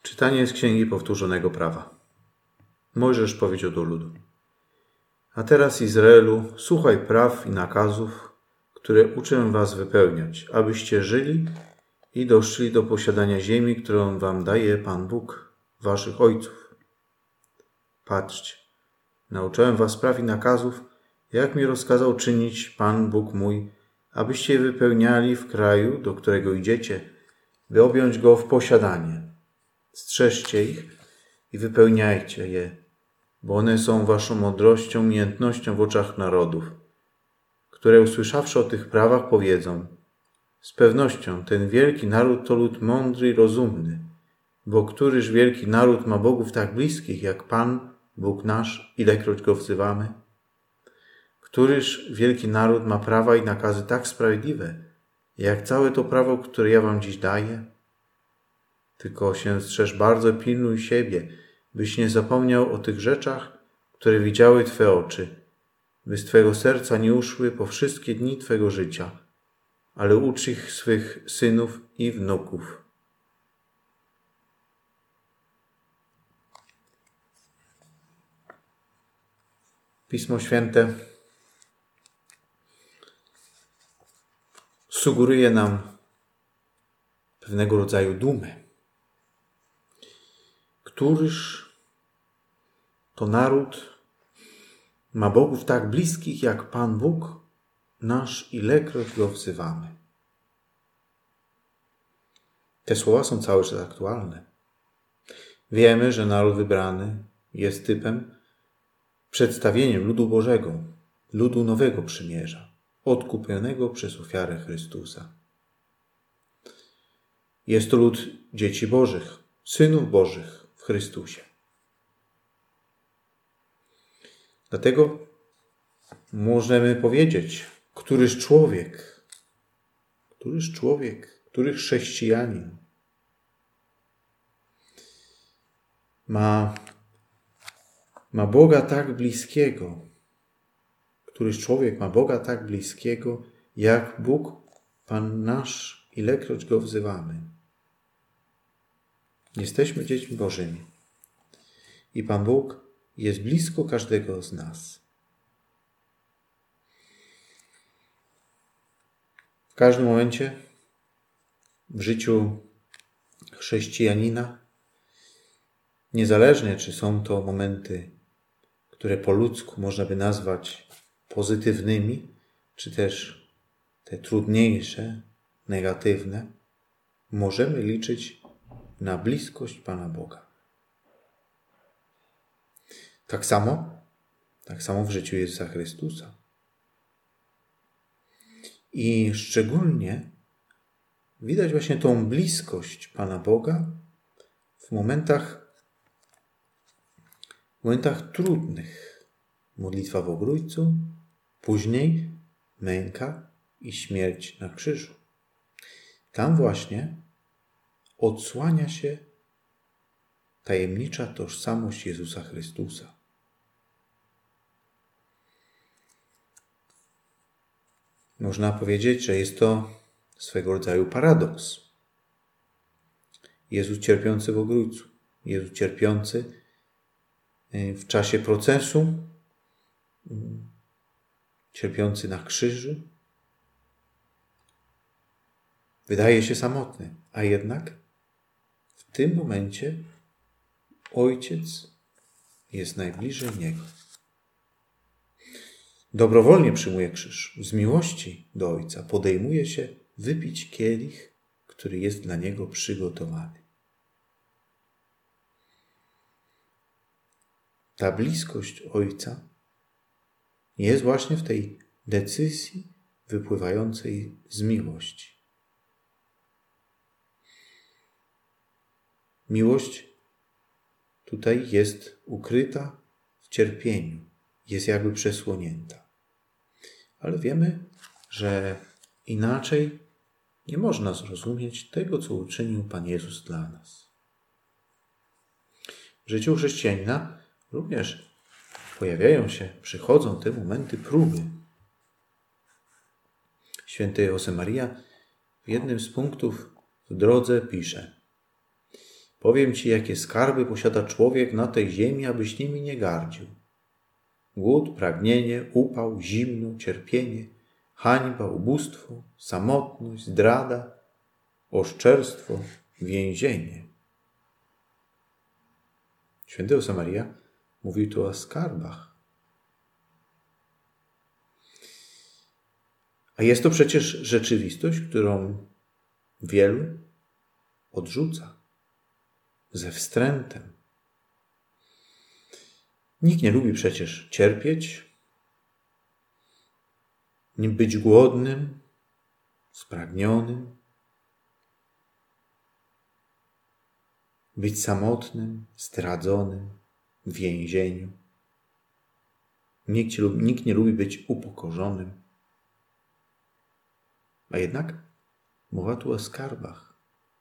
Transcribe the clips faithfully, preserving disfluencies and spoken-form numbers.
Czytanie z Księgi Powtórzonego Prawa. Mojżesz powiedział do ludu: A teraz, Izraelu, słuchaj praw i nakazów, które uczę was wypełniać, abyście żyli i doszli do posiadania ziemi, którą wam daje Pan Bóg waszych ojców. Patrzcie, nauczyłem was praw i nakazów, jak mi rozkazał czynić Pan Bóg mój, abyście je wypełniali w kraju, do którego idziecie, by objąć go w posiadanie. Strzeżcie ich i wypełniajcie je, bo one są waszą mądrością, umiejętnością w oczach narodów, które usłyszawszy o tych prawach powiedzą: z pewnością ten wielki naród to lud mądry i rozumny, bo któryż wielki naród ma bogów tak bliskich jak Pan, Bóg nasz, ilekroć go wzywamy? Któryż wielki naród ma prawa i nakazy tak sprawiedliwe, jak całe to prawo, które ja wam dziś daję? Tylko się strzeż bardzo, pilnuj siebie, byś nie zapomniał o tych rzeczach, które widziały Twe oczy, by z Twego serca nie uszły po wszystkie dni Twego życia, ale ucz ich swych synów i wnuków. Pismo Święte sugeruje nam pewnego rodzaju dumę. Któryż to naród ma bogów tak bliskich jak Pan Bóg nasz, ilekroć go wzywamy. Te słowa są cały czas aktualne. Wiemy, że naród wybrany jest typem, przedstawieniem ludu Bożego, ludu nowego przymierza, odkupionego przez ofiarę Chrystusa. Jest to lud dzieci Bożych, synów Bożych w Chrystusie. Dlatego możemy powiedzieć, któryż człowiek, któryż człowiek, który chrześcijanin ma, ma Boga tak bliskiego, któryż człowiek ma Boga tak bliskiego, jak Bóg, Pan nasz, ilekroć go wzywamy. Jesteśmy dziećmi Bożymi i Pan Bóg jest blisko każdego z nas. W każdym momencie w życiu chrześcijanina, niezależnie czy są to momenty, które po ludzku można by nazwać pozytywnymi, czy też te trudniejsze, negatywne, możemy liczyć na bliskość Pana Boga. Tak samo, tak samo w życiu Jezusa Chrystusa. I szczególnie widać właśnie tą bliskość Pana Boga w momentach, w momentach trudnych. Modlitwa w Ogrójcu, później męka i śmierć na krzyżu. Tam właśnie odsłania się tajemnicza tożsamość Jezusa Chrystusa. Można powiedzieć, że jest to swego rodzaju paradoks. Jezus cierpiący w Ogrójcu, Jezus cierpiący w czasie procesu, cierpiący na krzyżu, wydaje się samotny, a jednak w tym momencie Ojciec jest najbliżej Niego. Dobrowolnie przyjmuje krzyż. Z miłości do Ojca podejmuje się wypić kielich, który jest dla Niego przygotowany. Ta bliskość Ojca jest właśnie w tej decyzji wypływającej z miłości. Miłość tutaj jest ukryta w cierpieniu, jest jakby przesłonięta. Ale wiemy, że inaczej nie można zrozumieć tego, co uczynił Pan Jezus dla nas. W życiu chrześcijanina również pojawiają się, przychodzą te momenty próby. Święty Josemaria w jednym z punktów w drodze pisze: Powiem ci, jakie skarby posiada człowiek na tej ziemi, abyś nimi nie gardził. Głód, pragnienie, upał, zimno, cierpienie, hańba, ubóstwo, samotność, zdrada, oszczerstwo, więzienie. Święty Josemaria mówił tu o skarbach. A jest to przecież rzeczywistość, którą wielu odrzuca ze wstrętem. Nikt nie lubi przecież cierpieć, nie być głodnym, spragnionym, być samotnym, zdradzonym, w więzieniu. Nikt, nikt nie lubi być upokorzonym. A jednak mowa tu o skarbach.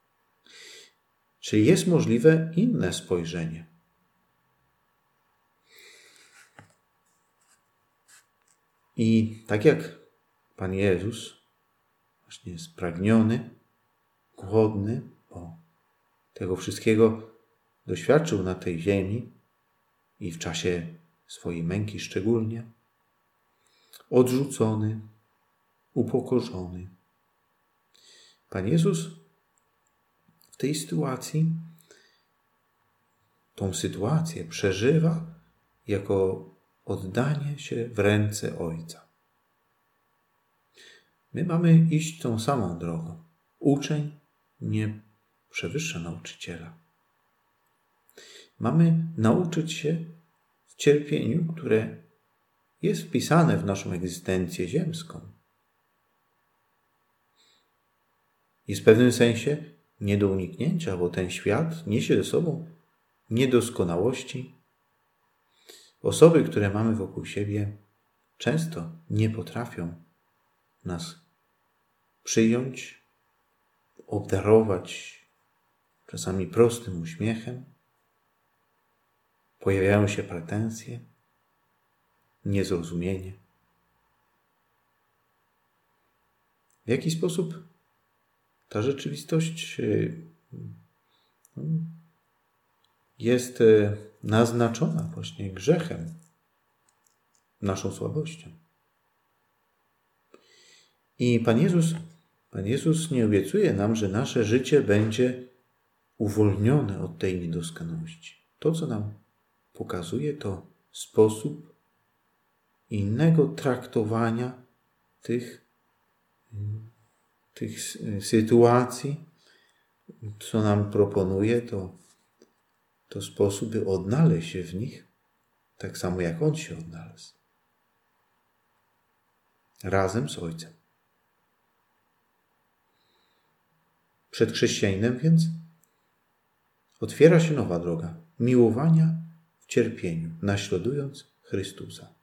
Czyli jest możliwe inne spojrzenie. I tak jak Pan Jezus właśnie jest spragniony, głodny, bo tego wszystkiego doświadczył na tej ziemi i w czasie swojej męki szczególnie, odrzucony, upokorzony. Pan Jezus w tej sytuacji, tą sytuację przeżywa jako oddanie się w ręce Ojca. My mamy iść tą samą drogą. Uczeń nie przewyższa nauczyciela. Mamy nauczyć się w cierpieniu, które jest wpisane w naszą egzystencję ziemską. Jest w pewnym sensie nie do uniknięcia, bo ten świat niesie ze sobą niedoskonałości. Osoby, które mamy wokół siebie, często nie potrafią nas przyjąć, obdarować czasami prostym uśmiechem. Pojawiają się pretensje, niezrozumienie. W jaki sposób ta rzeczywistość jest naznaczona właśnie grzechem, naszą słabością. I Pan Jezus, Pan Jezus nie obiecuje nam, że nasze życie będzie uwolnione od tej niedoskonałości. To, co nam pokazuje, to sposób innego traktowania tych, tych sytuacji. Co nam proponuje, to, to sposób, by odnaleźć się w nich, tak samo jak On się odnalazł. Razem z Ojcem. Przed chrześcijaninem więc otwiera się nowa droga miłowania w cierpieniu, naśladując Chrystusa.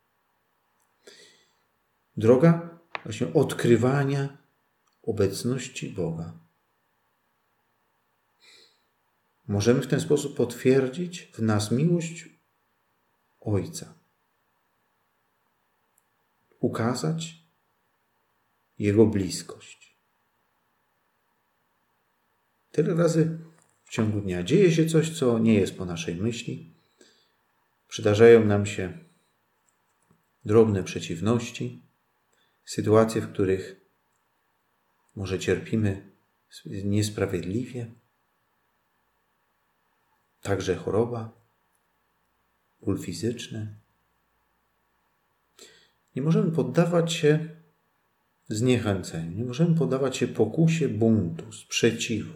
Droga właśnie odkrywania obecności Boga. Możemy w ten sposób potwierdzić w nas miłość Ojca. Ukazać Jego bliskość. Tyle razy w ciągu dnia dzieje się coś, co nie jest po naszej myśli. Przydarzają nam się drobne przeciwności, sytuacje, w których może cierpimy niesprawiedliwie, także choroba, ból fizyczny. Nie możemy poddawać się zniechęceniu, nie możemy poddawać się pokusie buntu, sprzeciwu.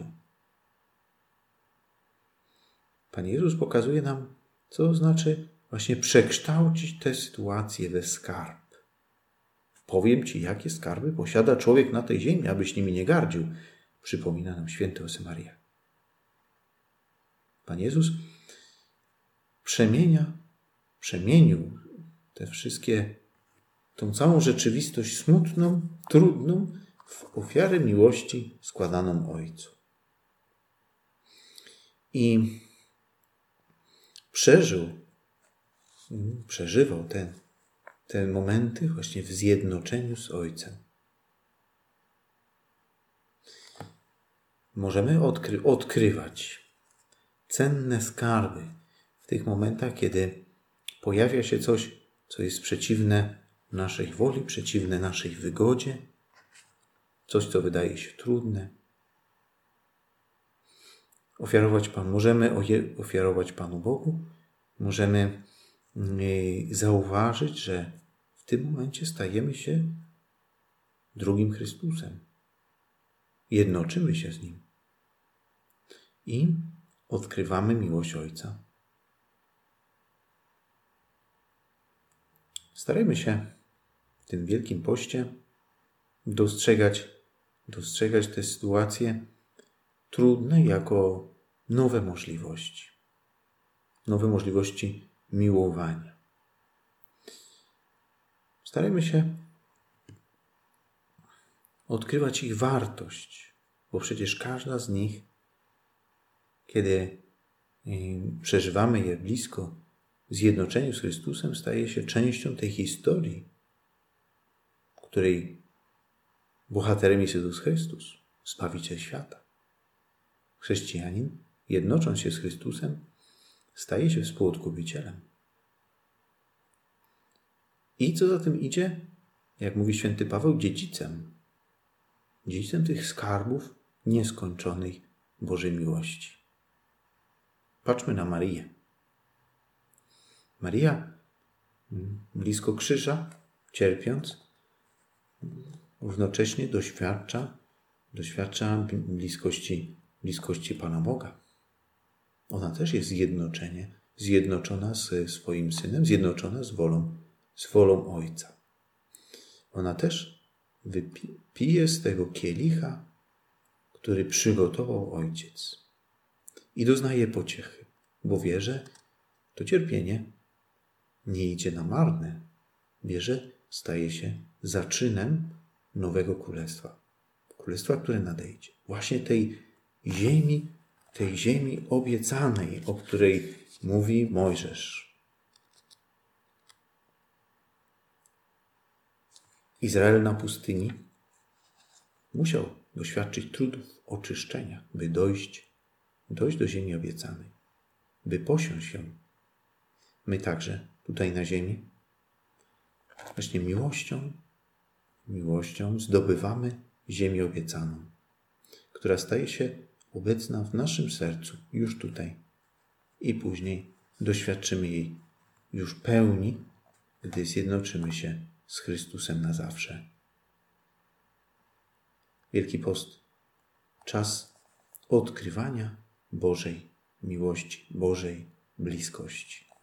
Pan Jezus pokazuje nam, co znaczy właśnie przekształcić tę sytuację we skarb. Powiem ci, jakie skarby posiada człowiek na tej ziemi, abyś nimi nie gardził, przypomina nam święty Josemaria. Pan Jezus przemienia, przemienił te wszystkie, tą całą rzeczywistość smutną, trudną w ofiarę miłości składaną Ojcu. I przeżył, przeżywał te, te momenty właśnie w zjednoczeniu z Ojcem. Możemy odkry- odkrywać cenne skarby w tych momentach, kiedy pojawia się coś, co jest przeciwne naszej woli, przeciwne naszej wygodzie, coś, co wydaje się trudne. Ofiarować Pan, możemy ofiarować Panu Bogu, możemy zauważyć, że w tym momencie stajemy się drugim Chrystusem. Jednoczymy się z Nim i odkrywamy miłość Ojca. Starajmy się w tym Wielkim Poście dostrzegać, dostrzegać te sytuacje trudne jako nowe możliwości. Nowe możliwości miłowania. Starajmy się odkrywać ich wartość, bo przecież każda z nich, kiedy przeżywamy je blisko, w zjednoczeniu z Chrystusem, staje się częścią tej historii, której bohaterem jest Jezus Chrystus, Zbawiciel świata. Chrześcijanin, jednocząc się z Chrystusem, staje się współodkupicielem. I co za tym idzie, jak mówi święty Paweł, dziedzicem. Dziedzicem tych skarbów nieskończonej Bożej miłości. Patrzmy na Marię. Maria, blisko krzyża, cierpiąc, równocześnie doświadcza, doświadcza bliskości, bliskości Pana Boga. Ona też jest zjednoczenie, zjednoczona ze swoim Synem, zjednoczona z wolą, z wolą Ojca. Ona też wypije z tego kielicha, który przygotował Ojciec i doznaje pociechy, bo wie, że to cierpienie nie idzie na marne. Wie, że staje się zaczynem nowego królestwa. Królestwa, które nadejdzie. Właśnie tej ziemi, tej ziemi obiecanej, o której mówi Mojżesz. Izrael na pustyni musiał doświadczyć trudów oczyszczenia, by dojść, dojść do ziemi obiecanej, by posiąść ją. My także tutaj na ziemi właśnie miłością, miłością zdobywamy ziemię obiecaną, która staje się obecna w naszym sercu już tutaj i później doświadczymy jej już pełni, gdy zjednoczymy się z Chrystusem na zawsze. Wielki Post, czas odkrywania Bożej miłości, Bożej bliskości.